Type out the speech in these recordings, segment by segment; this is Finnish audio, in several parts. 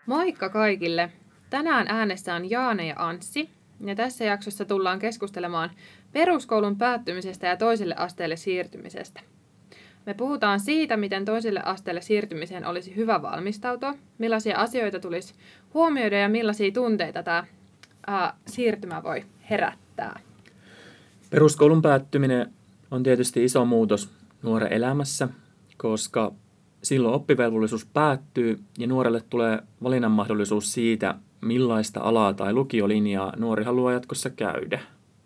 Moikka kaikille! Tänään äänessä on Jaane ja Anssi, ja tässä jaksossa tullaan keskustelemaan peruskoulun päättymisestä ja toiselle asteelle siirtymisestä. Me puhutaan siitä, miten toiselle asteelle siirtymiseen olisi hyvä valmistautua, millaisia asioita tulisi huomioida ja millaisia tunteita tämä siirtymä voi herättää. Peruskoulun päättyminen on tietysti iso muutos nuoren elämässä, koska silloin oppivelvollisuus päättyy ja nuorelle tulee valinnan mahdollisuus siitä, millaista alaa tai lukiolinjaa nuori haluaa jatkossa käydä.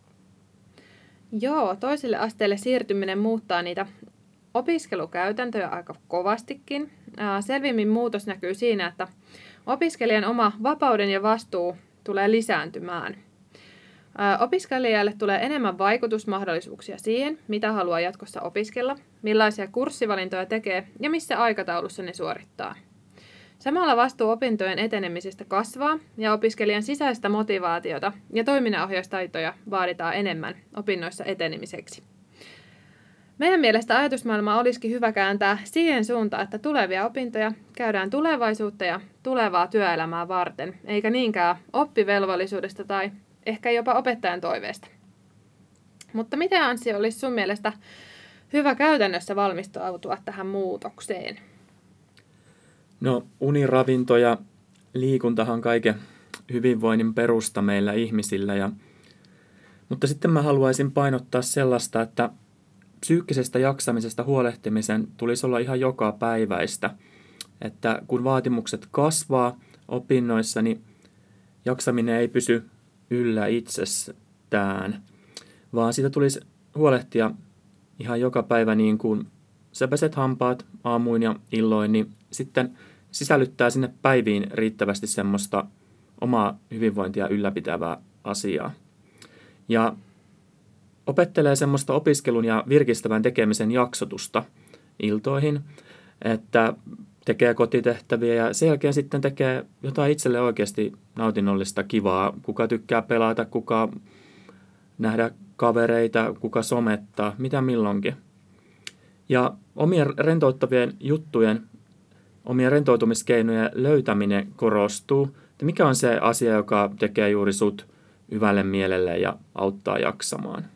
Joo, toiselle asteelle siirtyminen muuttaa niitä opiskelukäytäntöjä aika kovastikin. Selvimmin muutos näkyy siinä, että opiskelijan oma vapauden ja vastuu tulee lisääntymään. Opiskelijalle tulee enemmän vaikutusmahdollisuuksia siihen, mitä haluaa jatkossa opiskella, millaisia kurssivalintoja tekee ja missä aikataulussa ne suorittaa. Samalla vastuu opintojen etenemisestä kasvaa ja opiskelijan sisäistä motivaatiota ja toiminnanohjaustaitoja vaaditaan enemmän opinnoissa etenemiseksi. Meidän mielestä ajatusmaailma olisikin hyvä kääntää siihen suuntaan, että tulevia opintoja käydään tulevaisuutta ja tulevaa työelämää varten, eikä niinkään oppivelvollisuudesta tai ehkä jopa opettajan toiveesta. Mutta miten, Anssi, olisi sun mielestä hyvä käytännössä valmistautua tähän muutokseen? No, uni, ravinto ja liikuntahan on kaiken hyvinvoinnin perusta meillä ihmisillä. Mutta sitten mä haluaisin painottaa sellaista, että psyykkisestä jaksamisesta huolehtimisen tulisi olla ihan jokapäiväistä. Että kun vaatimukset kasvaa opinnoissa, niin jaksaminen ei pysy yllä itsestään, vaan siitä tulisi huolehtia ihan joka päivä, niin kuin sä peset hampaat aamuin ja illoin, niin sitten sisällyttää sinne päiviin riittävästi semmoista omaa hyvinvointia ylläpitävää asiaa. Ja opettelee semmoista opiskelun ja virkistävän tekemisen jaksotusta iltoihin, että tekee kotitehtäviä ja sen jälkeen sitten tekee jotain itselle oikeasti nautinnollista, kivaa. Kuka tykkää pelata, kuka nähdä kavereita, kuka somettaa, mitä milloinkin. Ja omien rentouttavien juttujen, omien rentoutumiskeinojen löytäminen korostuu. Että mikä on se asia, joka tekee juuri sut hyvälle mielelle ja auttaa jaksamaan.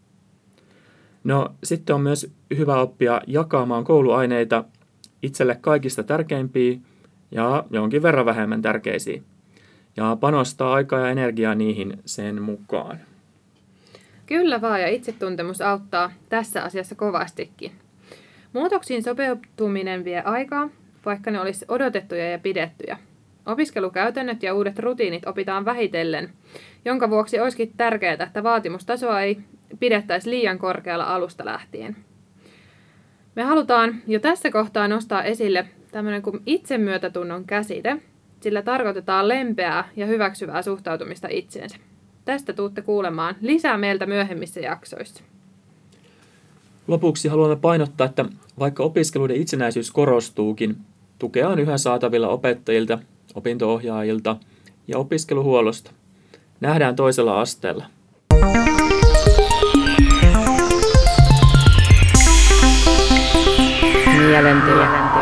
No sitten on myös hyvä oppia jakamaan kouluaineita itselle kaikista tärkeimpiä ja jonkin verran vähemmän tärkeisiä. Ja panostaa aikaa ja energiaa niihin sen mukaan. Kyllä vaan, ja itsetuntemus auttaa tässä asiassa kovastikin. Muutoksiin sopeutuminen vie aikaa, vaikka ne olisi odotettuja ja pidettyjä. Opiskelukäytännöt ja uudet rutiinit opitaan vähitellen, jonka vuoksi olisikin tärkeää, että vaatimustasoa ei pidettäisi liian korkealla alusta lähtien. Me halutaan jo tässä kohtaa nostaa esille tämmöinen kuin itsemyötätunnon käsite, sillä tarkoitetaan lempeää ja hyväksyvää suhtautumista itseensä. Tästä tuutte kuulemaan lisää meiltä myöhemmissä jaksoissa. Lopuksi haluamme painottaa, että vaikka opiskeluiden itsenäisyys korostuukin, tukea on yhä saatavilla opettajilta, opinto-ohjaajilta ja opiskeluhuollosta. Nähdään toisella asteella. Mielentila.